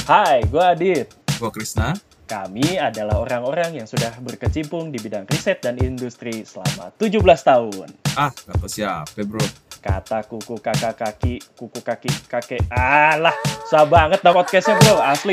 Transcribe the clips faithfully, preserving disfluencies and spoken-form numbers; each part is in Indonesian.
Hai, gue Adit. Gue Krisna. Kami adalah orang-orang yang sudah berkecimpung di bidang riset dan industri selama tujuh belas tahun. Ah, kata siapa bro? Kata kuku kakak kaki, kuku kaki kakek. Alah, susah banget dah podcastnya bro, asli.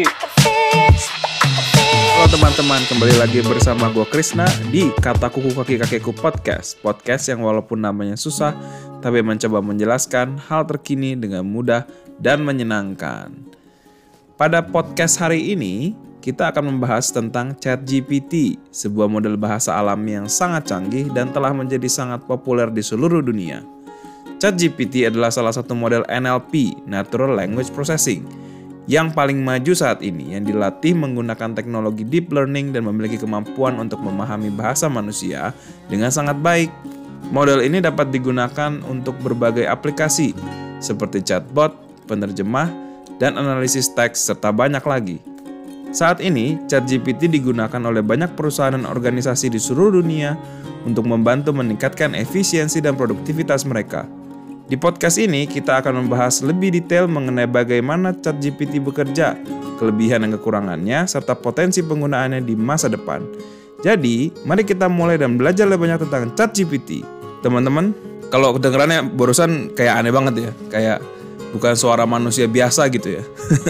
Halo teman-teman, kembali lagi bersama gue Krisna di Kata Kuku Kaki Kakekku Podcast. Podcast yang walaupun namanya susah, tapi mencoba menjelaskan hal terkini dengan mudah dan menyenangkan. Pada podcast hari ini, kita akan membahas tentang ChatGPT, sebuah model bahasa alami yang sangat canggih dan telah menjadi sangat populer di seluruh dunia. ChatGPT adalah salah satu model N L P, Natural Language Processing, yang paling maju saat ini, yang dilatih menggunakan teknologi deep learning dan memiliki kemampuan untuk memahami bahasa manusia dengan sangat baik. Model ini dapat digunakan untuk berbagai aplikasi, seperti chatbot, penerjemah, dan analisis teks, serta banyak lagi. Saat ini, ChatGPT digunakan oleh banyak perusahaan dan organisasi di seluruh dunia untuk membantu meningkatkan efisiensi dan produktivitas mereka. Di podcast ini, kita akan membahas lebih detail mengenai bagaimana ChatGPT bekerja, kelebihan dan kekurangannya, serta potensi penggunaannya di masa depan. Jadi, mari kita mulai dan belajar lebih banyak tentang ChatGPT. Teman-teman, kalau kedengarannya barusan kayak aneh banget ya, kayak bukan suara manusia biasa gitu ya.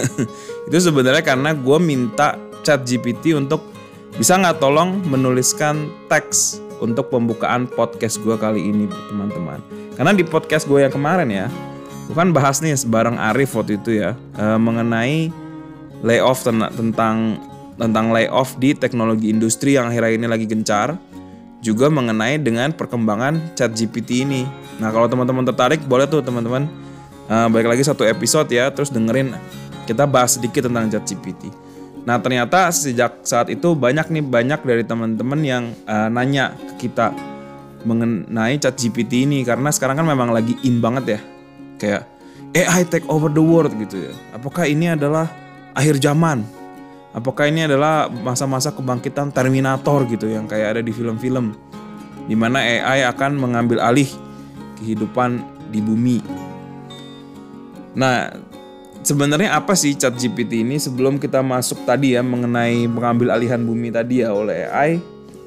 Itu sebenarnya karena gue minta ChatGPT untuk bisa nggak tolong menuliskan teks untuk pembukaan podcast gue kali ini, teman-teman. Karena di podcast gue yang kemarin ya, gue kan bahas nih bareng Arif waktu itu ya, e, mengenai layoff ten- tentang tentang layoff di teknologi industri yang akhir-akhir ini lagi gencar, juga mengenai dengan perkembangan ChatGPT ini. Nah, kalau teman-teman tertarik, boleh tuh teman-teman e, balik lagi satu episode ya, terus dengerin kita bahas sedikit tentang ChatGPT. Nah, ternyata sejak saat itu banyak nih banyak dari teman-teman yang e, nanya ke kita mengenai ChatGPT ini, karena sekarang kan memang lagi in banget ya, kayak A I take over the world gitu ya. Apakah ini adalah akhir zaman? Apakah ini adalah masa-masa kebangkitan Terminator gitu yang kayak ada di film-film, di mana A I akan mengambil alih kehidupan di bumi. Nah, sebenarnya apa sih ChatGPT ini? Sebelum kita masuk tadi ya mengenai mengambil alihan bumi tadi ya oleh A I,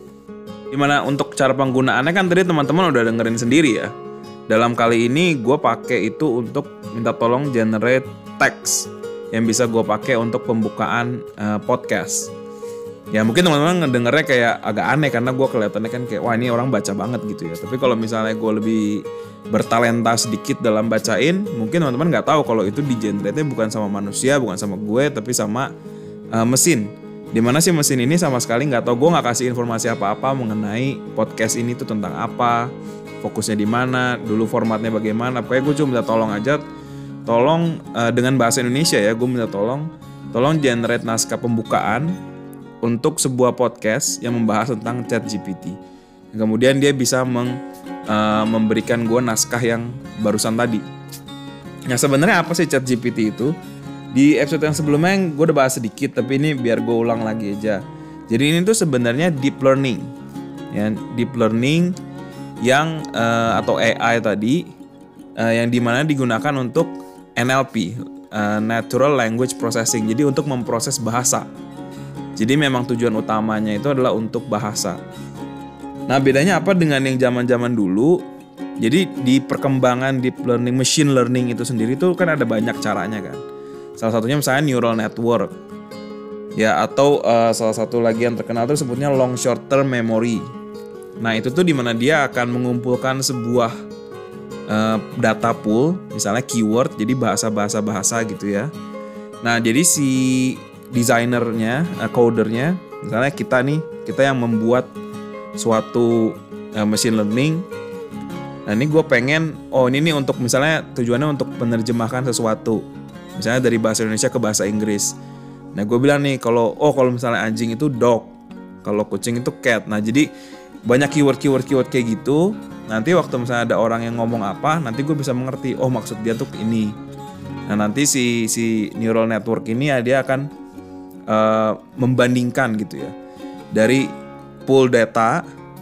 dimana untuk cara penggunaannya kan tadi teman-teman udah dengerin sendiri ya. Dalam kali ini gue pakai itu untuk minta tolong generate text yang bisa gue pakai untuk pembukaan uh, podcast. Ya mungkin teman-teman ngedengernya kayak agak aneh karena gue kelihatannya kan kayak wah ini orang baca banget gitu ya. Tapi kalau misalnya gue lebih bertalenta sedikit dalam bacain, mungkin teman-teman nggak tahu kalau itu di generate-nya bukan sama manusia, bukan sama gue, tapi sama uh, mesin. Dimana sih mesin ini sama sekali nggak tahu, gue nggak kasih informasi apa-apa mengenai podcast ini tuh tentang apa, fokusnya di mana, dulu formatnya bagaimana. Pokoknya gue cuma minta tolong aja, tolong uh, dengan bahasa Indonesia ya, gue minta tolong, tolong generate naskah pembukaan untuk sebuah podcast yang membahas tentang ChatGPT. Kemudian dia bisa meng, uh, memberikan gue naskah yang barusan tadi. Nah sebenarnya apa sih ChatGPT itu? Di episode yang sebelumnya gue udah bahas sedikit, tapi ini biar gue ulang lagi aja. Jadi ini tuh sebenarnya deep learning, ya, deep learning yang uh, atau A I tadi, uh, yang dimana digunakan untuk N L P, uh, Natural Language Processing. Jadi untuk memproses bahasa. Jadi memang tujuan utamanya itu adalah untuk bahasa. Nah bedanya apa dengan yang zaman-zaman dulu? Jadi di perkembangan deep learning, machine learning itu sendiri tuh kan ada banyak caranya kan. Salah satunya misalnya neural network, ya, atau uh, salah satu lagi yang terkenal itu sebutnya long short term memory. Nah itu tuh dimana dia akan mengumpulkan sebuah uh, data pool, misalnya keyword, jadi bahasa-bahasa bahasa gitu ya. Nah jadi si desainernya, uh, codernya, misalnya kita nih, kita yang membuat suatu uh, machine learning. Nah ini gue pengen, oh ini nih untuk misalnya tujuannya untuk menerjemahkan sesuatu. Misalnya dari bahasa Indonesia ke bahasa Inggris. Nah gue bilang nih kalau oh kalau misalnya anjing itu dog, kalau kucing itu cat. Nah jadi banyak keyword-keyword keyword kayak gitu. Nanti waktu misalnya ada orang yang ngomong apa, nanti gue bisa mengerti oh maksud dia tuh ini. Nah nanti si si neural network ini ya dia akan uh, membandingkan gitu ya dari pool data,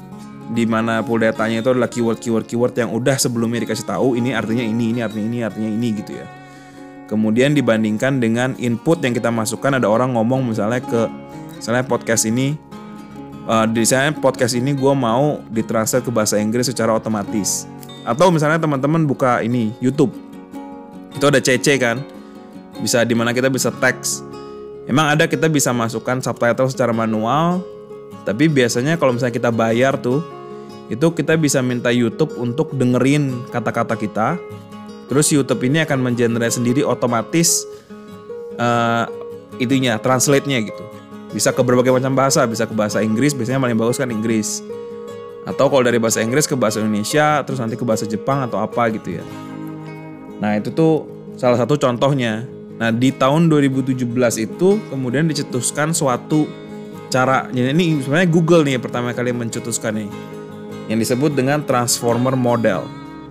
di mana pool datanya itu adalah keyword-keyword keyword yang udah sebelumnya dikasih tahu ini artinya ini, ini artinya ini, artinya ini gitu ya. kemudian dibandingkan dengan input yang kita masukkan. Ada orang ngomong misalnya ke misalnya podcast ini, uh, di misalnya podcast ini gue mau ditranslate ke bahasa Inggris secara otomatis. Atau misalnya teman-teman buka ini YouTube, itu ada C C kan, bisa dimana kita bisa teks. Emang ada kita bisa masukkan subtitle secara manual, tapi biasanya kalau misalnya kita bayar tuh, itu kita bisa minta YouTube untuk dengerin kata-kata kita. Terus YouTube ini akan mengenerate sendiri otomatis uh, itunya, translate-nya gitu. Bisa ke berbagai macam bahasa, bisa ke bahasa Inggris, biasanya paling bagus kan Inggris. Atau kalau dari bahasa Inggris ke bahasa Indonesia, terus nanti ke bahasa Jepang atau apa gitu ya. Nah itu tuh salah satu contohnya. Nah di tahun dua ribu tujuh belas itu kemudian dicetuskan suatu cara, jadi ini sebenarnya Google nih pertama kali mencetuskan nih, yang disebut dengan transformer model.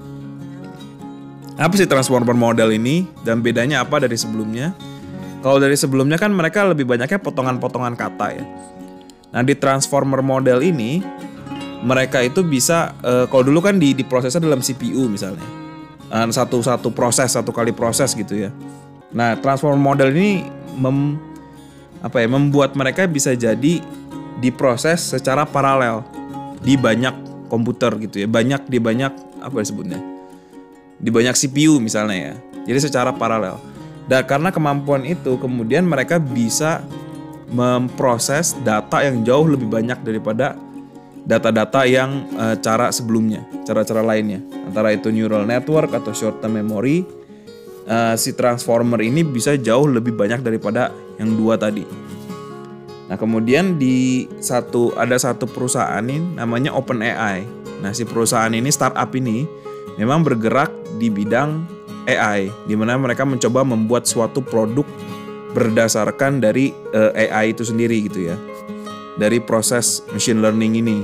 Apa sih transformer model ini dan bedanya apa dari sebelumnya? Kalau dari sebelumnya kan mereka lebih banyaknya potongan-potongan kata ya. Nah di transformer model ini mereka itu bisa, uh, kalau dulu kan di diprosesnya dalam C P U misalnya, uh, satu-satu proses, satu kali proses gitu ya. Nah transformer model ini mem, apa ya, membuat mereka bisa jadi diproses secara paralel di banyak komputer gitu ya, banyak di banyak apa disebutnya, di banyak C P U misalnya ya. Jadi secara paralel. Dan karena kemampuan itu kemudian mereka bisa memproses data yang jauh lebih banyak daripada data-data yang e, cara sebelumnya, cara-cara lainnya. Antara itu neural network atau short term memory, e, si transformer ini bisa jauh lebih banyak daripada yang dua tadi. Nah kemudian di satu ada satu perusahaan ini namanya OpenAI. Nah si perusahaan ini, startup ini memang bergerak di bidang A I, di mana mereka mencoba membuat suatu produk berdasarkan dari uh, A I itu sendiri gitu ya, dari proses machine learning ini.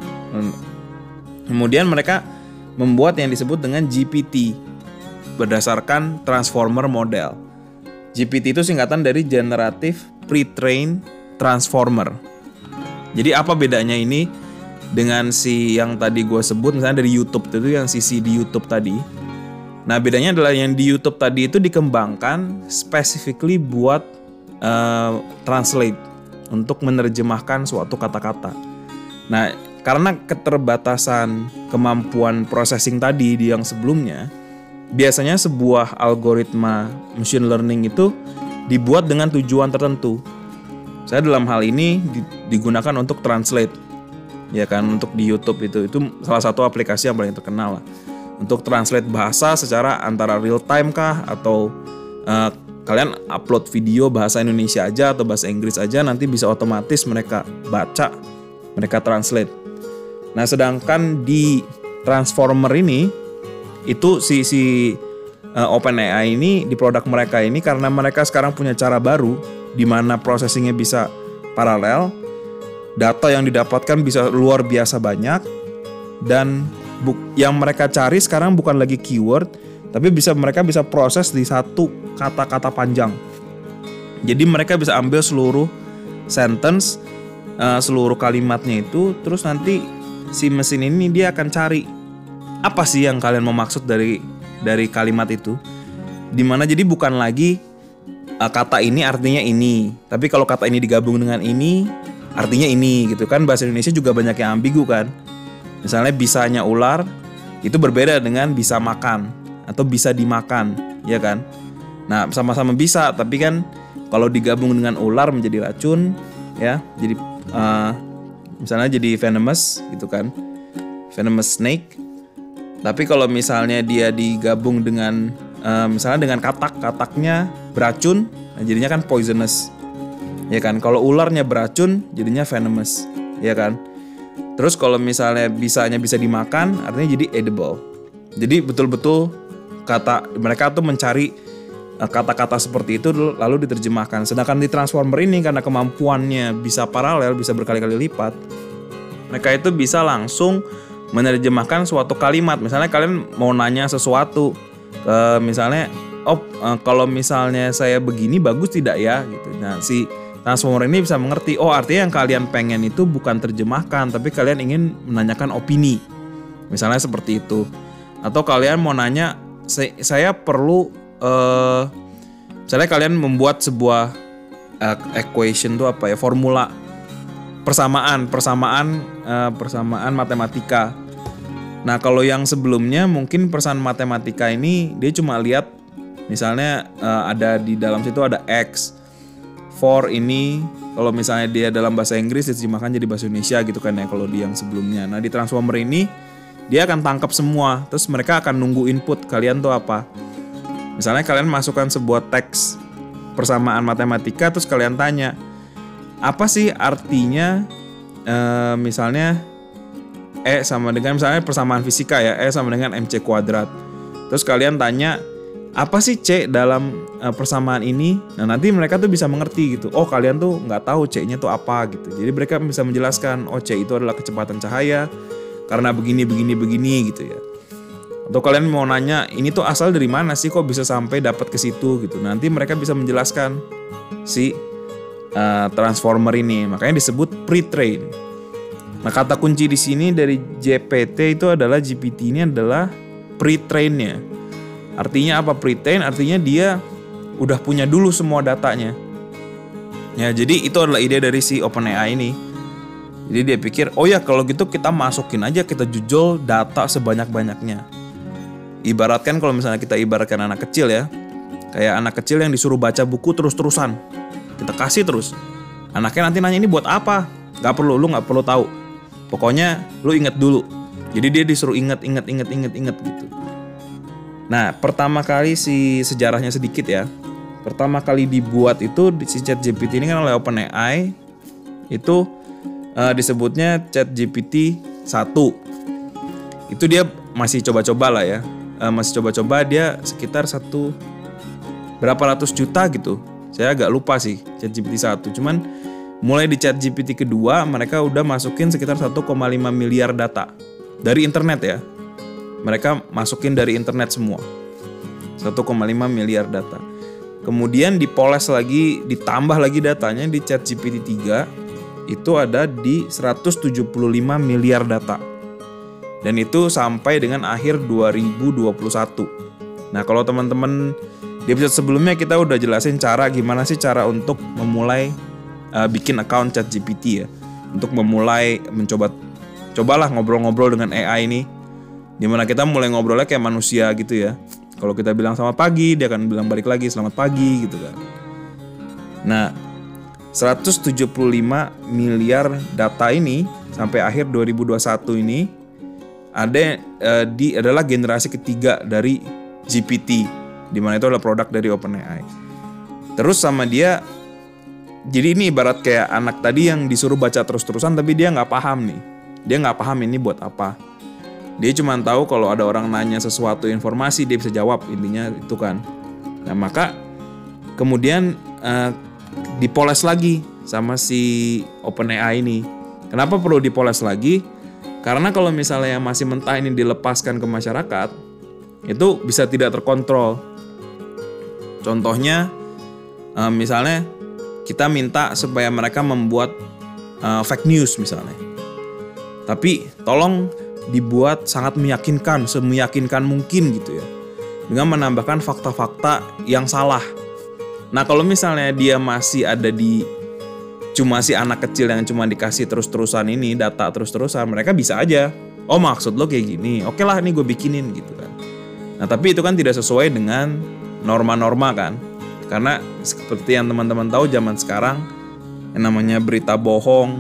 Kemudian mereka membuat yang disebut dengan G P T berdasarkan transformer model. G P T itu singkatan dari Generative Pre-trained Transformer. Jadi apa bedanya ini dengan si yang tadi gue sebut misalnya dari YouTube itu, yang sisi di YouTube tadi? Nah bedanya adalah yang di YouTube tadi itu dikembangkan specifically buat uh, translate, untuk menerjemahkan suatu kata-kata. Nah karena keterbatasan kemampuan processing tadi di yang sebelumnya, biasanya sebuah algoritma machine learning itu dibuat dengan tujuan tertentu. Saya dalam hal ini digunakan untuk translate, ya kan, untuk di YouTube itu itu salah satu aplikasi yang paling terkenal lah. Untuk translate bahasa secara antara real time kah, atau uh, kalian upload video bahasa Indonesia aja atau bahasa Inggris aja, nanti bisa otomatis mereka baca, mereka translate. Nah sedangkan di transformer ini itu si si uh, OpenAI ini di produk mereka ini, karena mereka sekarang punya cara baru di mana processingnya bisa paralel, data yang didapatkan bisa luar biasa banyak, dan Buk, yang mereka cari sekarang bukan lagi keyword, tapi bisa mereka bisa proses di satu kata-kata panjang. Jadi mereka bisa ambil seluruh sentence, uh, seluruh kalimatnya itu, terus nanti si mesin ini dia akan cari apa sih yang kalian mau maksud dari dari kalimat itu. Dimana jadi bukan lagi uh, kata ini artinya ini, tapi kalau kata ini digabung dengan ini artinya ini gitu kan. Bahasa Indonesia juga banyak yang ambigu kan. Misalnya bisanya ular itu berbeda dengan bisa makan atau bisa dimakan, ya kan? Nah, sama-sama bisa, tapi kan kalau digabung dengan ular menjadi racun, ya. Jadi uh, misalnya jadi venomous gitu kan. Venomous snake. Tapi kalau misalnya dia digabung dengan uh, misalnya dengan katak, kataknya beracun, nah jadinya kan poisonous. Ya kan? Kalau ularnya beracun jadinya venomous, ya kan? Terus kalau misalnya bisanya bisa dimakan, artinya jadi edible. Jadi betul-betul kata mereka tuh mencari kata-kata seperti itu lalu diterjemahkan. Sedangkan di transformer ini karena kemampuannya bisa paralel, bisa berkali-kali lipat, mereka itu bisa langsung menerjemahkan suatu kalimat. Misalnya kalian mau nanya sesuatu, uh, misalnya, oh uh, kalau misalnya saya begini bagus tidak ya? Gitu. Nah si transformer ini bisa mengerti, oh artinya yang kalian pengen itu bukan terjemahkan, tapi kalian ingin menanyakan opini. Misalnya seperti itu. Atau kalian mau nanya, saya perlu uh, misalnya kalian membuat sebuah uh, equation tuh apa ya, formula persamaan, persamaan, uh, persamaan matematika. Nah kalau yang sebelumnya mungkin persamaan matematika ini dia cuma lihat misalnya uh, ada di dalam situ ada X, for ini kalau misalnya dia dalam bahasa Inggris diterjemahkan jadi bahasa Indonesia gitu kan ya kalau di yang sebelumnya. Nah di transformer ini dia akan tangkap semua, terus mereka akan nunggu input kalian tuh apa. Misalnya kalian masukkan sebuah teks persamaan matematika, terus kalian tanya apa sih artinya e, misalnya E sama dengan misalnya persamaan fisika ya, E sama dengan M C kuadrat. Terus kalian tanya apa sih C dalam e, persamaan ini. Nah nanti mereka tuh bisa mengerti gitu. Oh kalian tuh nggak tahu C-nya tuh apa gitu. Jadi mereka bisa menjelaskan oh C itu adalah kecepatan cahaya karena begini begini begini gitu ya. Atau kalian mau nanya ini tuh asal dari mana sih kok bisa sampai dapat ke situ gitu. Nanti mereka bisa menjelaskan si Uh, transformer ini, makanya disebut pre-train. Nah kata kunci di sini dari G P T itu adalah G P T ini adalah pre-trainnya. Artinya apa pre-train? Artinya dia udah punya dulu semua datanya. Ya jadi itu adalah ide dari si OpenAI ini. Jadi dia pikir oh ya kalau gitu kita masukin aja, kita jujol data sebanyak-banyaknya. Ibaratkan kalau misalnya kita ibaratkan anak kecil ya, kayak anak kecil yang disuruh baca buku terus-terusan. Kita kasih terus. Anaknya nanti nanya ini buat apa? Gak perlu, lu gak perlu tahu. Pokoknya lu inget dulu. Jadi dia disuruh inget, inget, inget, inget, inget gitu. Nah pertama kali si sejarahnya sedikit ya. Pertama kali dibuat itu si ChatGPT ini kan oleh OpenAI. Itu uh, disebutnya ChatGPT satu. Itu dia masih coba-coba lah ya. uh, Masih coba-coba dia sekitar satu berapa ratus juta gitu. Saya agak lupa sih ChatGPT satu. Cuman mulai di ChatGPT kedua mereka udah masukin sekitar satu koma lima miliar data dari internet ya. Mereka masukin dari internet semua. satu koma lima miliar data. Kemudian dipoles lagi, ditambah lagi datanya di ChatGPT tiga itu ada di seratus tujuh puluh lima miliar data. Dan itu sampai dengan akhir dua ribu dua puluh satu. Nah, kalau teman-teman di episode sebelumnya kita udah jelasin cara gimana sih cara untuk memulai uh, bikin account ChatGPT ya. Untuk memulai mencoba cobalah ngobrol-ngobrol dengan A I ini. Dimana kita mulai ngobrolnya kayak manusia gitu ya. Kalau kita bilang selamat pagi, dia akan bilang balik lagi selamat pagi gitu kan. Nah, seratus tujuh puluh lima miliar data ini sampai akhir dua ribu dua puluh satu ini ada uh, di adalah generasi ketiga dari G P T. Di mana itu adalah produk dari OpenAI. Terus sama dia, jadi ini ibarat kayak anak tadi yang disuruh baca terus-terusan tapi dia nggak paham nih. Dia nggak paham ini buat apa. Dia cuma tahu kalau ada orang nanya sesuatu informasi dia bisa jawab, intinya itu kan. Nah maka kemudian uh, dipoles lagi sama si OpenAI ini. Kenapa perlu dipoles lagi? Karena kalau misalnya masih mentah ini dilepaskan ke masyarakat, itu bisa tidak terkontrol. Contohnya, uh, misalnya kita minta supaya mereka membuat uh, fake news misalnya. Tapi tolong dibuat sangat meyakinkan, semeyakinkan mungkin gitu ya. Dengan menambahkan fakta-fakta yang salah. Nah kalau misalnya dia masih ada di cuma si anak kecil yang cuma dikasih terus-terusan ini, data terus-terusan, mereka bisa aja, oh maksud lo kayak gini, oke lah ini gue bikinin gitu kan. Nah tapi itu kan tidak sesuai dengan norma-norma kan. Karena seperti yang teman-teman tahu zaman sekarang yang namanya berita bohong,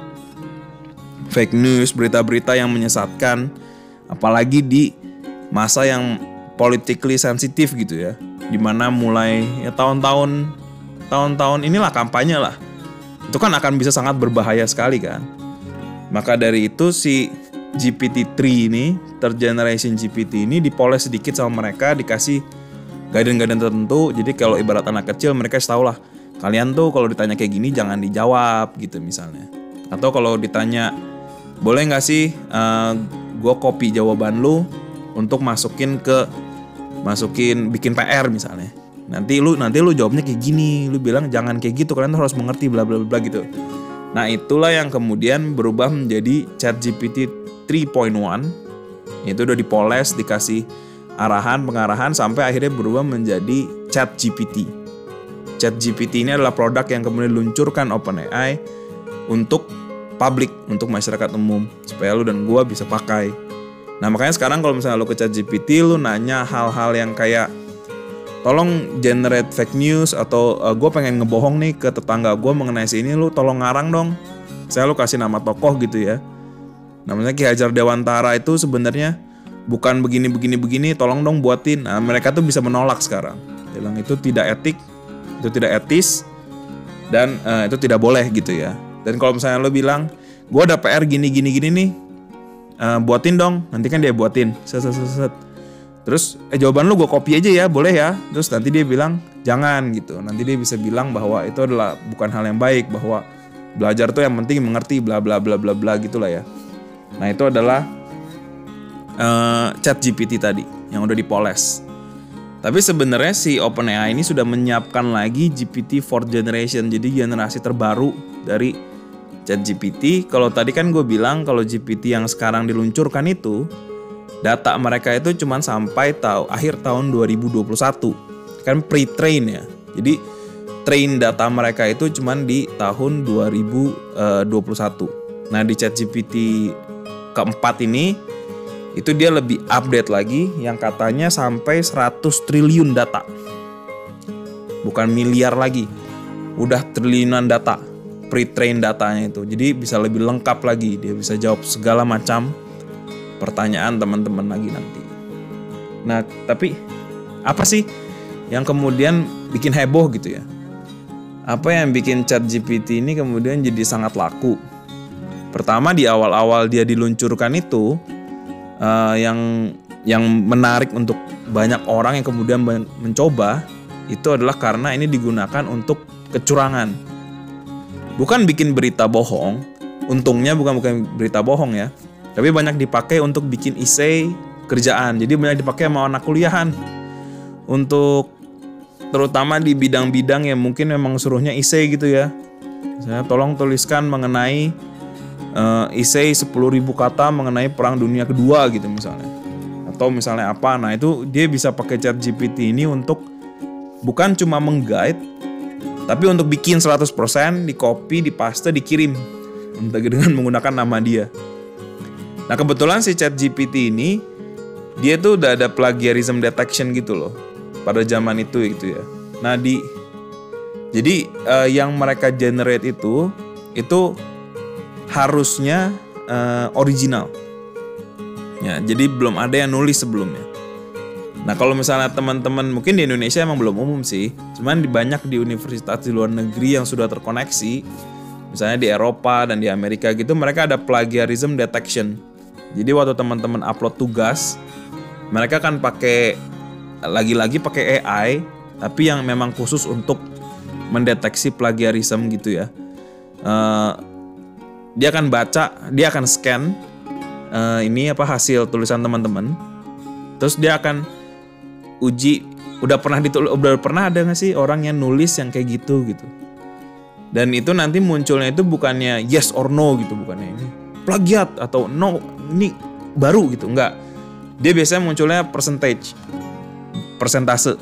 fake news, berita-berita yang menyesatkan, apalagi di masa yang politically sensitif gitu ya, dimana mulai ya tahun-tahun tahun-tahun inilah kampanye lah, itu kan akan bisa sangat berbahaya sekali kan. Maka dari itu si G P T tiga ini, third generation G P T ini dipoles sedikit sama mereka, dikasih guidance-guidance tertentu. Jadi kalau ibarat anak kecil mereka tahu lah, kalian tuh kalau ditanya kayak gini jangan dijawab gitu misalnya. Atau kalau ditanya boleh nggak sih uh, gue copy jawaban lu untuk masukin ke masukin bikin P R misalnya. Nanti lu nanti lu jawabnya kayak gini, lu bilang jangan kayak gitu, kalian tuh harus mengerti bla bla bla gitu. Nah, itulah yang kemudian berubah menjadi ChatGPT tiga titik satu. Itu udah dipoles, dikasih arahan, pengarahan sampai akhirnya berubah menjadi ChatGPT. ChatGPT ini adalah produk yang kemudian diluncurkan OpenAI untuk publik, untuk masyarakat umum, supaya lu dan gua bisa pakai. Nah makanya sekarang kalau misalnya lu ke ChatGPT, lu nanya hal-hal yang kayak tolong generate fake news atau uh, gue pengen ngebohong nih ke tetangga gue mengenai si ini, lu tolong ngarang dong. Saya lu kasih nama tokoh gitu ya. Namanya Ki Hajar Dewantara itu sebenarnya bukan begini-begini-begini, tolong dong buatin. Nah mereka tuh bisa menolak sekarang. Bilang itu tidak etik, itu tidak etis, dan uh, itu tidak boleh gitu ya. Dan kalau misalnya lo bilang, gue ada P R gini-gini-gini nih, uh, buatin dong. Nanti kan dia buatin. Set, set, set, set. Terus eh, jawaban lo gue copy aja ya, boleh ya. Terus nanti dia bilang, jangan gitu. Nanti dia bisa bilang bahwa itu adalah bukan hal yang baik. Bahwa belajar tuh yang penting mengerti, bla bla bla bla bla gitulah ya. Nah itu adalah uh, ChatGPT tadi, yang udah dipoles. Tapi sebenarnya si OpenAI ini sudah menyiapkan lagi G P T fourth generation. Jadi generasi terbaru dari ChatGPT. Kalau tadi kan gue bilang kalau G P T yang sekarang diluncurkan itu data mereka itu cuma sampai tahu akhir tahun dua ribu dua puluh satu. Kan pre-train ya. Jadi train data mereka itu cuma di tahun dua ribu dua puluh satu. Nah, di ChatGPT keempat ini itu dia lebih update lagi yang katanya sampai seratus triliun data. Bukan miliar lagi. Udah triliunan data. Pre-train datanya itu. Jadi bisa lebih lengkap lagi. Dia bisa jawab segala macam pertanyaan teman-teman lagi nanti. Nah, tapi apa sih yang kemudian bikin heboh gitu ya? Apa yang bikin ChatGPT ini kemudian jadi sangat laku? Pertama di awal-awal dia diluncurkan itu uh, yang yang menarik untuk banyak orang yang kemudian mencoba itu adalah karena ini digunakan untuk kecurangan. Bukan bikin berita bohong, untungnya bukan bukan berita bohong ya, tapi banyak dipakai untuk bikin essay kerjaan. Jadi banyak dipakai sama anak kuliahan untuk terutama di bidang-bidang yang mungkin memang suruhnya essay gitu ya. Misalnya tolong tuliskan mengenai uh, essay sepuluh ribu kata mengenai Perang Dunia Kedua gitu misalnya. Atau misalnya apa. Nah, itu dia bisa pakai ChatGPT ini untuk bukan cuma meng-guide tapi untuk bikin seratus persen, di-copy, di-paste, dikirim dengan menggunakan nama dia. Nah, kebetulan si ChatGPT ini dia tuh udah ada plagiarism detection gitu loh pada zaman itu gitu ya. Nah, di jadi uh, yang mereka generate itu itu harusnya uh, original. Ya, jadi belum ada yang nulis sebelumnya. Nah, kalau misalnya teman-teman mungkin di Indonesia emang belum umum sih. Cuman di banyak di universitas di luar negeri yang sudah terkoneksi, misalnya di Eropa dan di Amerika gitu, mereka ada plagiarism detection. Jadi waktu teman-teman upload tugas, mereka kan pakai lagi-lagi pakai A I, tapi yang memang khusus untuk mendeteksi plagiarism gitu ya. Uh, dia akan baca, dia akan scan uh, ini apa hasil tulisan teman-teman, terus dia akan uji. Udah pernah ditul- udah pernah ada nggak sih orang yang nulis yang kayak gitu gitu? Dan itu nanti munculnya itu bukannya yes or no gitu, bukannya ini plagiat atau no ini baru gitu, enggak. Dia biasanya munculnya percentage, persentase.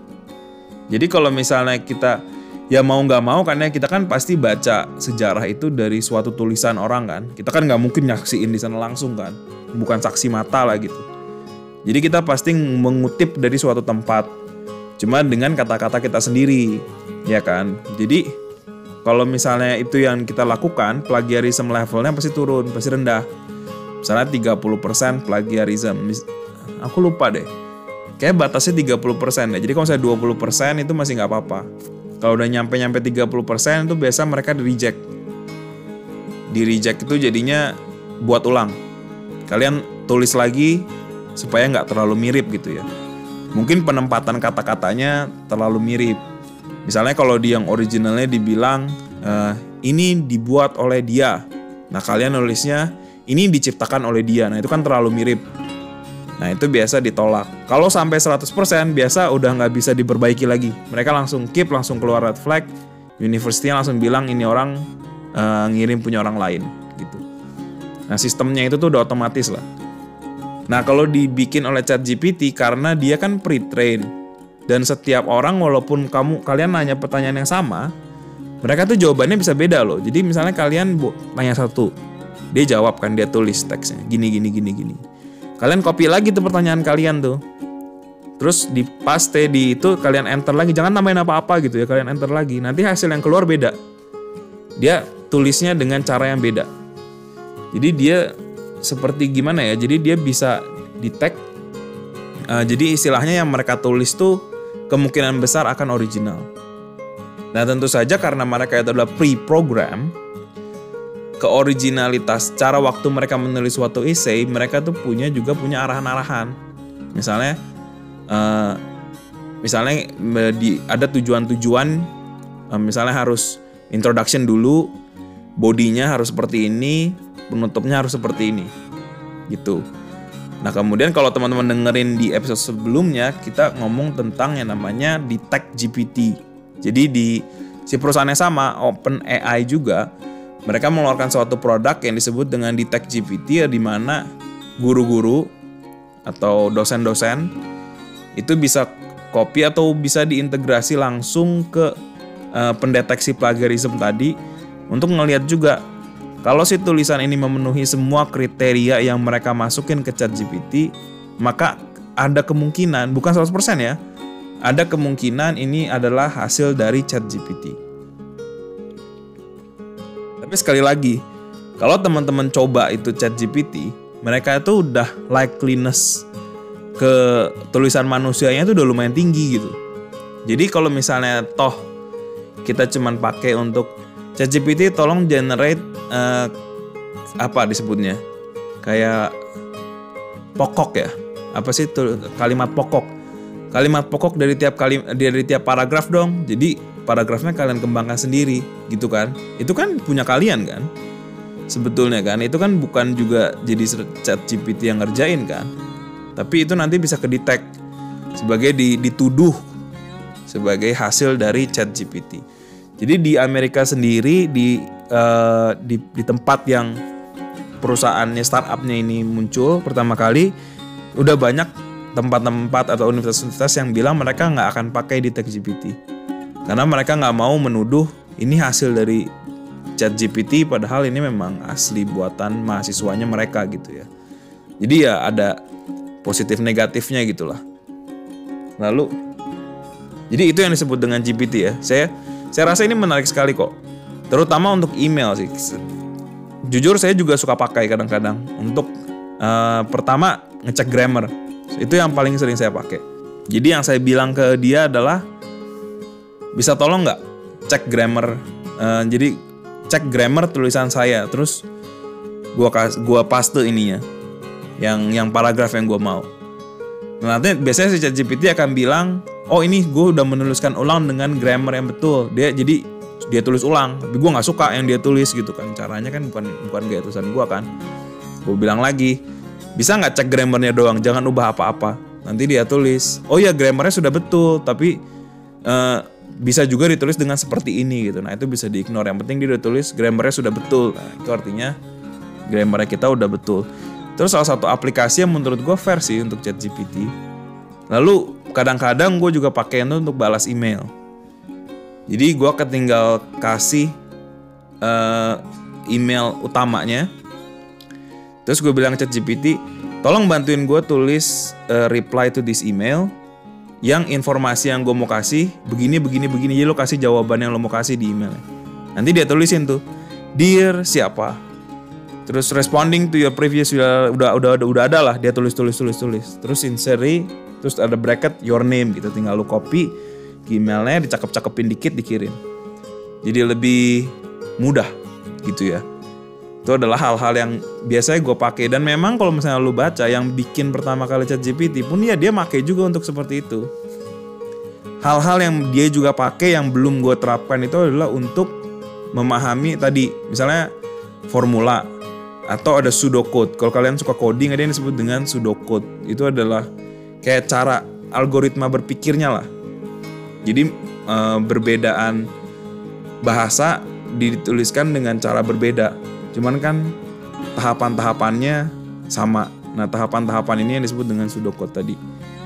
Jadi kalau misalnya kita ya mau nggak mau, karena kita kan pasti baca sejarah itu dari suatu tulisan orang kan. Kita kan nggak mungkin nyaksiin di sana langsung kan, bukan saksi mata lah gitu. Jadi kita pasti mengutip dari suatu tempat, cuma dengan kata-kata kita sendiri, ya kan. Jadi kalau misalnya itu yang kita lakukan, plagiarism levelnya pasti turun, pasti rendah. Misalnya tiga puluh persen plagiarism, aku lupa deh. Kayak batasnya tiga puluh persen deh. Jadi kalau misalnya dua puluh persen itu masih nggak apa-apa. Kalau udah nyampe-nyampe tiga puluh persen itu biasa mereka di-reject. Di-reject itu jadinya buat ulang. Kalian tulis lagi supaya nggak terlalu mirip gitu ya. Mungkin penempatan kata-katanya terlalu mirip. Misalnya kalau di yang originalnya dibilang e, ini dibuat oleh dia. Nah kalian nulisnya ini diciptakan oleh dia. Nah itu kan terlalu mirip. Nah itu biasa ditolak. Kalau sampai seratus persen biasa udah nggak bisa diperbaiki lagi. Mereka langsung keep, langsung keluar red flag. University langsung bilang ini orang uh, ngirim punya orang lain gitu. Nah sistemnya itu tuh udah otomatis lah. Nah kalau dibikin oleh ChatGPT karena dia kan pre-train. Dan setiap orang walaupun kamu kalian nanya pertanyaan yang sama, mereka tuh jawabannya bisa beda loh. Jadi misalnya kalian tanya satu, dia jawab kan, dia tulis teksnya gini gini gini gini. Kalian copy lagi tuh pertanyaan kalian tuh. Terus di paste di itu kalian enter lagi, jangan nambahin apa-apa gitu ya, kalian enter lagi. Nanti hasil yang keluar beda. Dia tulisnya dengan cara yang beda. Jadi dia seperti gimana ya? Jadi dia bisa di-tag. Uh, jadi istilahnya yang mereka tulis tuh kemungkinan besar akan original. Nah tentu saja karena mereka itu adalah pre-program, keoriginalitas cara waktu mereka menulis suatu essay, mereka tuh punya juga punya arahan-arahan. Misalnya Uh, misalnya di, ada tujuan-tujuan, uh, misalnya harus introduction dulu, bodinya harus seperti ini, penutupnya harus seperti ini, gitu. Nah kemudian kalau teman-teman dengerin di episode sebelumnya, kita ngomong tentang yang namanya di Tag G P T. Jadi di si perusahaannya sama, OpenAI juga, mereka mengeluarkan suatu produk yang disebut dengan di Tag G P T, ya, di mana guru-guru atau dosen-dosen itu bisa copy atau bisa diintegrasi langsung ke uh, pendeteksi plagiarisme tadi untuk ngelihat juga kalau si tulisan ini memenuhi semua kriteria yang mereka masukin ke ChatGPT, maka ada kemungkinan, bukan seratus persen ya, ada kemungkinan ini adalah hasil dari ChatGPT. Tapi sekali lagi, kalau teman-teman coba itu ChatGPT, mereka itu udah likeliness ke tulisan manusianya itu udah lumayan tinggi gitu. Jadi kalau misalnya toh kita cuman pakai untuk ChatGPT, tolong generate uh, apa disebutnya, kayak pokok ya, apa sih tuh kalimat pokok, kalimat pokok dari tiap kali dari tiap paragraf dong. Jadi paragrafnya kalian kembangkan sendiri gitu kan. Itu kan punya kalian kan sebetulnya kan. Itu kan bukan juga jadi ChatGPT yang ngerjain kan. Tapi itu nanti bisa kedetek sebagai dituduh sebagai hasil dari ChatGPT. Jadi di Amerika sendiri di, uh, di di tempat yang perusahaannya startupnya ini muncul pertama kali, udah banyak tempat-tempat atau universitas yang bilang mereka nggak akan pakai di ChatGPT karena mereka nggak mau menuduh ini hasil dari ChatGPT padahal ini memang asli buatan mahasiswanya mereka gitu ya. Jadi ya ada positif negatifnya gitulah. Lalu, jadi itu yang disebut dengan G P T ya. Saya saya rasa ini menarik sekali kok. Terutama untuk email sih. Jujur saya juga suka pakai kadang-kadang untuk uh, pertama ngecek grammar. Itu yang paling sering saya pakai. Jadi yang saya bilang ke dia adalah bisa tolong nggak cek grammar. Uh, jadi cek grammar tulisan saya. Terus gua gua paste ininya. Yang yang paragraf yang gue mau. Nah, nanti biasanya si ChatGPT akan bilang, oh ini gue udah menuliskan ulang dengan grammar yang betul. Dia jadi dia tulis ulang, tapi gue nggak suka yang dia tulis gitu kan. Caranya kan bukan bukan gaya tulisan gue kan. Gue bilang lagi, bisa nggak cek grammarnya doang, jangan ubah apa-apa. Nanti dia tulis, oh ya grammarnya sudah betul, tapi uh, bisa juga ditulis dengan seperti ini gitu. Nah itu bisa di-ignore. Yang penting dia udah tulis grammarnya sudah betul. Nah itu artinya grammarnya kita udah betul. Terus salah satu aplikasi yang menurut gue fair sih untuk ChatGPT. Lalu kadang-kadang gue juga pakai itu untuk balas email. Jadi gue ketinggal kasih uh, email utamanya. Terus gue bilang ChatGPT, tolong bantuin gue tulis uh, reply to this email. Yang informasi yang gue mau kasih begini, begini, begini. Jadi lo kasih jawaban yang lo mau kasih di emailnya. Nanti dia tulisin tuh, dear siapa. Terus responding to your previous udah udah udah udah, udah ada lah, dia tulis tulis tulis tulis. Terus insert, terus ada bracket your name gitu, tinggal lu copy ke emailnya, dicakep-cakepin dikit dikirim. Jadi lebih mudah gitu ya. Itu adalah hal-hal yang biasanya gue pakai dan memang kalau misalnya lu baca yang bikin pertama kali ChatGPT pun ya dia pakai juga untuk seperti itu. Hal-hal yang dia juga pakai yang belum gue terapkan itu adalah untuk memahami tadi misalnya formula atau ada pseudocode. Kalau kalian suka coding, ada yang disebut dengan pseudocode. Itu adalah kayak cara algoritma berpikirnya lah. Jadi e, berbedaan bahasa dituliskan dengan cara berbeda. Cuman kan tahapan-tahapannya sama. Nah tahapan-tahapan ini yang disebut dengan pseudocode tadi.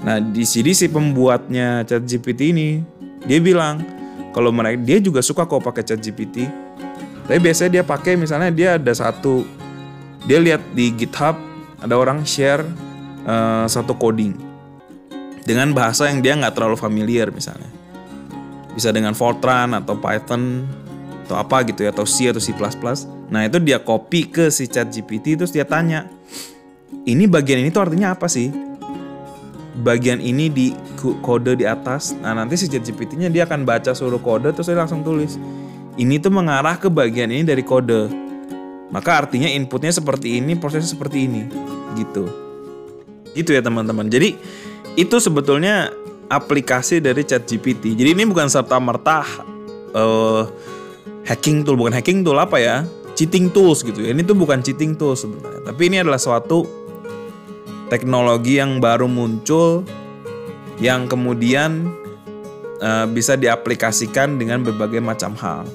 Nah di sini si pembuatnya ChatGPT ini dia bilang kalau mereka dia juga suka kok pakai ChatGPT, tapi biasanya dia pakai misalnya dia ada satu, dia lihat di GitHub ada orang share uh, satu coding dengan bahasa yang dia nggak terlalu familiar, misalnya bisa dengan Fortran atau Python atau apa gitu ya, atau C atau C plus plus. Nah itu dia copy ke si ChatGPT, terus dia tanya, ini bagian ini tuh artinya apa sih? Bagian ini di kode di atas. Nah nanti si ChatGPT-nya dia akan baca seluruh kode, terus dia langsung tulis, ini tuh mengarah ke bagian ini dari kode. Maka artinya inputnya seperti ini, prosesnya seperti ini, gitu. Gitu ya teman-teman. Jadi itu sebetulnya aplikasi dari ChatGPT. Jadi ini bukan serta-merta uh, hacking tool, bukan hacking tool apa ya? Cheating tools gitu ya. Ini tuh bukan cheating tools sebenarnya. Tapi ini adalah suatu teknologi yang baru muncul yang kemudian uh, bisa diaplikasikan dengan berbagai macam hal.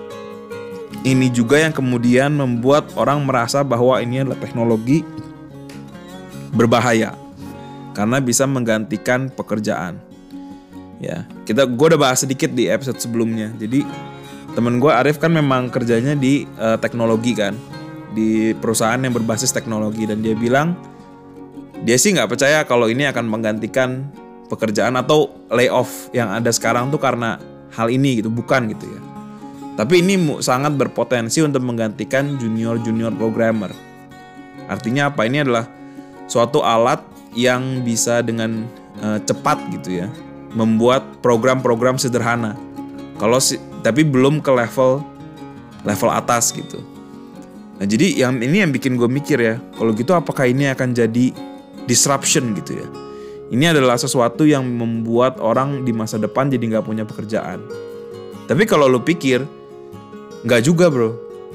Ini juga yang kemudian membuat orang merasa bahwa ini adalah teknologi berbahaya karena bisa menggantikan pekerjaan. Ya, kita gue udah bahas sedikit di episode sebelumnya. Jadi temen gue Arif kan memang kerjanya di uh, teknologi kan, di perusahaan yang berbasis teknologi, dan dia bilang dia sih nggak percaya kalau ini akan menggantikan pekerjaan atau layoff yang ada sekarang tuh karena hal ini gitu, bukan gitu ya. Tapi ini sangat berpotensi untuk menggantikan junior-junior programmer. Artinya apa? Ini adalah suatu alat yang bisa dengan uh, cepat gitu ya membuat program-program sederhana. Kalau si, tapi belum ke level level atas gitu. Nah jadi yang ini yang bikin gue mikir ya, kalau gitu apakah ini akan jadi disruption gitu ya? Ini adalah sesuatu yang membuat orang di masa depan jadi nggak punya pekerjaan. Tapi kalau lu pikir, nggak juga bro.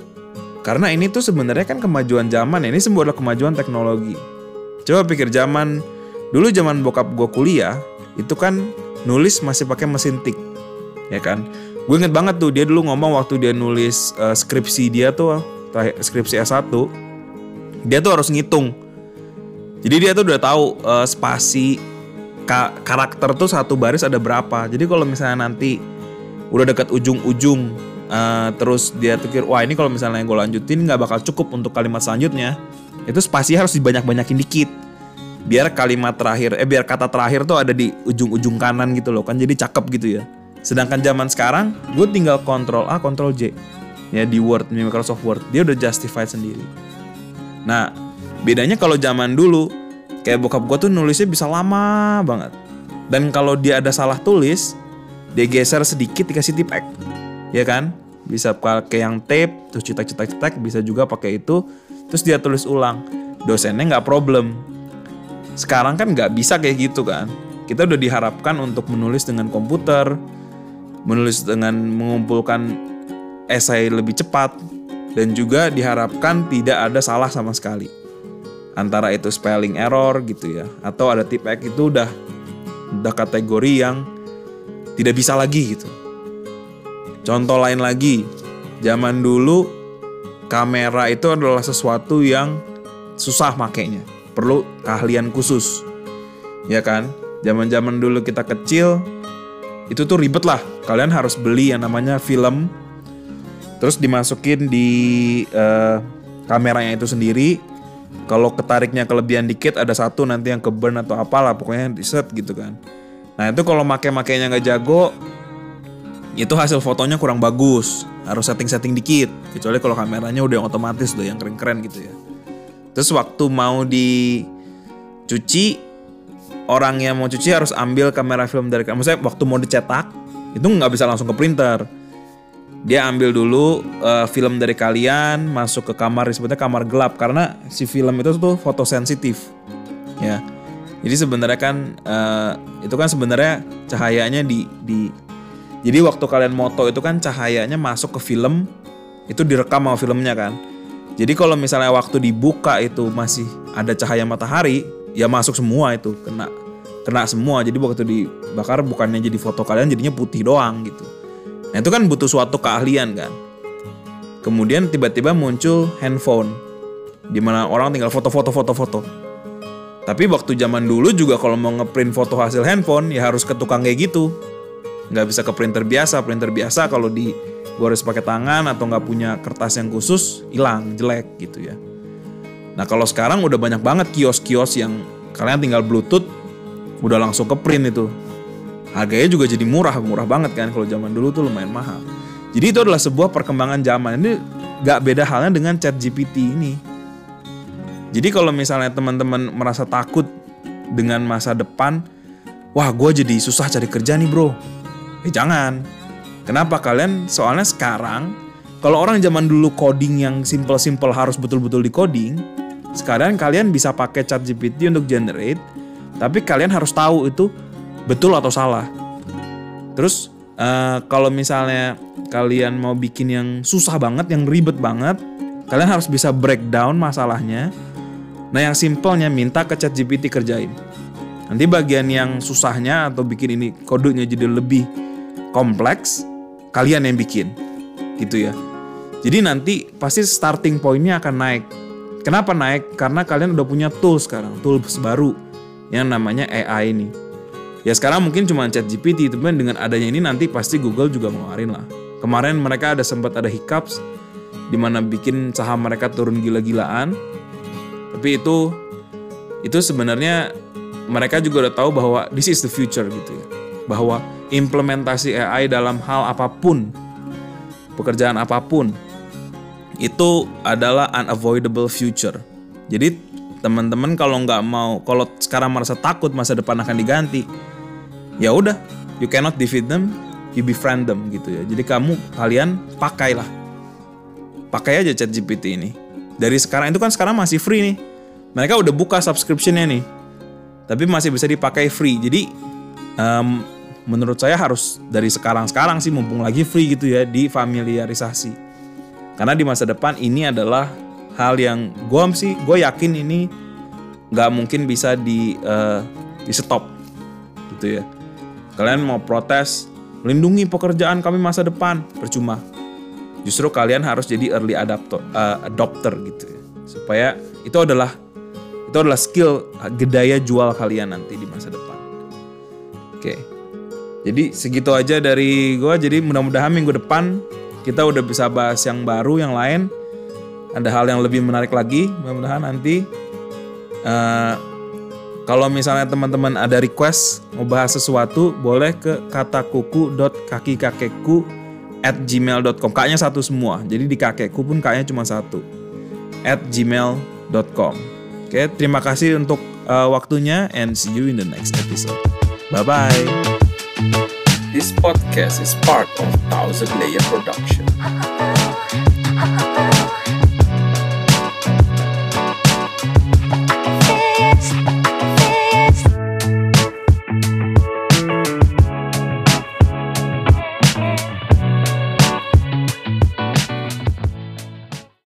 Karena ini tuh sebenarnya kan kemajuan zaman. Ini semua adalah kemajuan teknologi. Coba pikir zaman dulu, zaman bokap gue kuliah itu kan nulis masih pakai mesin tik, ya kan? Gue inget banget tuh dia dulu ngomong waktu dia nulis uh, skripsi dia tuh, skripsi S satu, dia tuh harus ngitung. Jadi dia tuh udah tahu uh, spasi ka- karakter tuh satu baris ada berapa. Jadi kalau misalnya nanti udah dekat ujung-ujung, uh, terus dia pikir, wah ini kalau misalnya gue lanjutin nggak bakal cukup untuk kalimat selanjutnya, itu spasi harus dibanyak-banyakin dikit. Biar kalimat terakhir, eh biar kata terakhir tuh ada di ujung-ujung kanan gitu loh kan, jadi cakep gitu ya. Sedangkan zaman sekarang, gue tinggal Ctrl A, Ctrl J ya di Word, di Microsoft Word, dia udah justified sendiri. Nah bedanya kalau zaman dulu, kayak bokap gue tuh nulisnya bisa lama banget. Dan kalau dia ada salah tulis, dia geser sedikit dikasih tipek, ya kan? Bisa pakai yang tape, terus cetak-cetak-cetak, bisa juga pakai itu, terus dia tulis ulang. Dosennya nggak problem. Sekarang kan nggak bisa kayak gitu kan? Kita udah diharapkan untuk menulis dengan komputer, menulis dengan mengumpulkan esai lebih cepat, dan juga diharapkan tidak ada salah sama sekali. Antara itu spelling error gitu ya, atau ada tipek, itu udah udah kategori yang tidak bisa lagi gitu. Contoh lain lagi, zaman dulu kamera itu adalah sesuatu yang susah makainya, perlu keahlian khusus, ya kan? Zaman-zaman dulu kita kecil, itu tuh ribet lah. Kalian harus beli yang namanya film, terus dimasukin di uh, kameranya itu sendiri. Kalau ketariknya kelebihan dikit, ada satu nanti yang ke burn atau apalah, pokoknya di set gitu kan. Nah itu kalau make-makainya nggak jago, itu hasil fotonya kurang bagus, harus setting-setting dikit. Kecuali kalau kameranya udah yang otomatis tuh, yang keren-keren gitu ya. Terus waktu mau dicuci, orang yang mau cuci harus ambil kamera film dari, maksudnya waktu mau dicetak, itu nggak bisa langsung ke printer. Dia ambil dulu uh, film dari kalian, masuk ke kamar, disebutnya kamar gelap, karena si film itu tuh fotosensitif, ya. Jadi sebenarnya kan uh, itu kan sebenarnya cahayanya di, di, jadi waktu kalian moto itu kan cahayanya masuk ke film, itu direkam sama filmnya kan. Jadi kalau misalnya waktu dibuka itu masih ada cahaya matahari, ya masuk semua itu, kena, kena semua. Jadi waktu dibakar bukannya jadi foto kalian, jadinya putih doang gitu. Nah itu kan butuh suatu keahlian kan. Kemudian tiba-tiba muncul handphone, dimana orang tinggal foto-foto-foto-foto. Tapi waktu zaman dulu juga kalau mau ngeprint foto hasil handphone ya harus ke tukang kayak gitu. Nggak bisa ke printer biasa. Printer biasa kalau digores pakai tangan atau nggak punya kertas yang khusus, hilang, jelek gitu ya. Nah kalau sekarang udah banyak banget kios-kios yang kalian tinggal bluetooth, udah langsung ke print itu. Harganya juga jadi murah, murah banget kan. Kalau zaman dulu tuh lumayan mahal. Jadi itu adalah sebuah perkembangan zaman. Ini gak beda halnya dengan ChatGPT ini. Jadi kalau misalnya teman-teman merasa takut dengan masa depan, wah gue jadi susah cari kerja nih bro. Eh jangan. Kenapa kalian? Soalnya sekarang, kalau orang zaman dulu coding yang simple-simple harus betul-betul di coding, sekarang kalian bisa pakai ChatGPT untuk generate, tapi kalian harus tahu itu betul atau salah. Terus uh, kalau misalnya kalian mau bikin yang susah banget, yang ribet banget, kalian harus bisa breakdown masalahnya. Nah yang simpelnya minta ke ChatGPT kerjain. Nanti bagian yang susahnya atau bikin ini kodenya jadi lebih kompleks, kalian yang bikin. Gitu ya. Jadi nanti pasti starting point-nya akan naik. Kenapa naik? Karena kalian udah punya tools sekarang, tools baru yang namanya A I ini. Ya sekarang mungkin cuma ChatGPT, tapi dengan adanya ini nanti pasti Google juga ngeluarin lah. Kemarin mereka ada sempat ada hiccups di mana bikin saham mereka turun gila-gilaan. Tapi itu itu sebenarnya mereka juga udah tahu bahwa this is the future gitu ya. Bahwa implementasi A I dalam hal apapun, pekerjaan apapun, itu adalah unavoidable future. Jadi teman-teman kalau nggak mau, kalau sekarang merasa takut masa depan akan diganti, ya udah, you cannot defeat them, you befriend them gitu ya. Jadi kamu kalian pakailah, pakai aja ChatGPT ini. Dari sekarang itu kan sekarang masih free nih. Mereka udah buka subscription-nya nih, tapi masih bisa dipakai free. Jadi um, menurut saya harus dari sekarang-sekarang sih mumpung lagi free gitu ya, difamiliarisasi. Karena di masa depan ini adalah hal yang gue sih, gue yakin ini nggak mungkin bisa di uh, di stop gitu ya. Kalian mau protes, lindungi pekerjaan kami masa depan, percuma. Justru kalian harus jadi early adapter, uh, adopter gitu ya. Supaya itu adalah itu adalah skill gedaya jual kalian nanti di masa depan. Oke. Jadi segitu aja dari gue. Jadi mudah-mudahan minggu depan kita udah bisa bahas yang baru, yang lain. Ada hal yang lebih menarik lagi. Mudah-mudahan nanti uh, kalau misalnya teman-teman ada request mau bahas sesuatu, boleh ke katakuku dot kaki kakekku at gmail dot com. Kaknya satu semua. Jadi di kakekku pun kaknya cuma satu. at gmail dot com. Oke, terima kasih untuk uh, waktunya and see you in the next episode. Bye-bye. This podcast is part of Thousand Layer Production.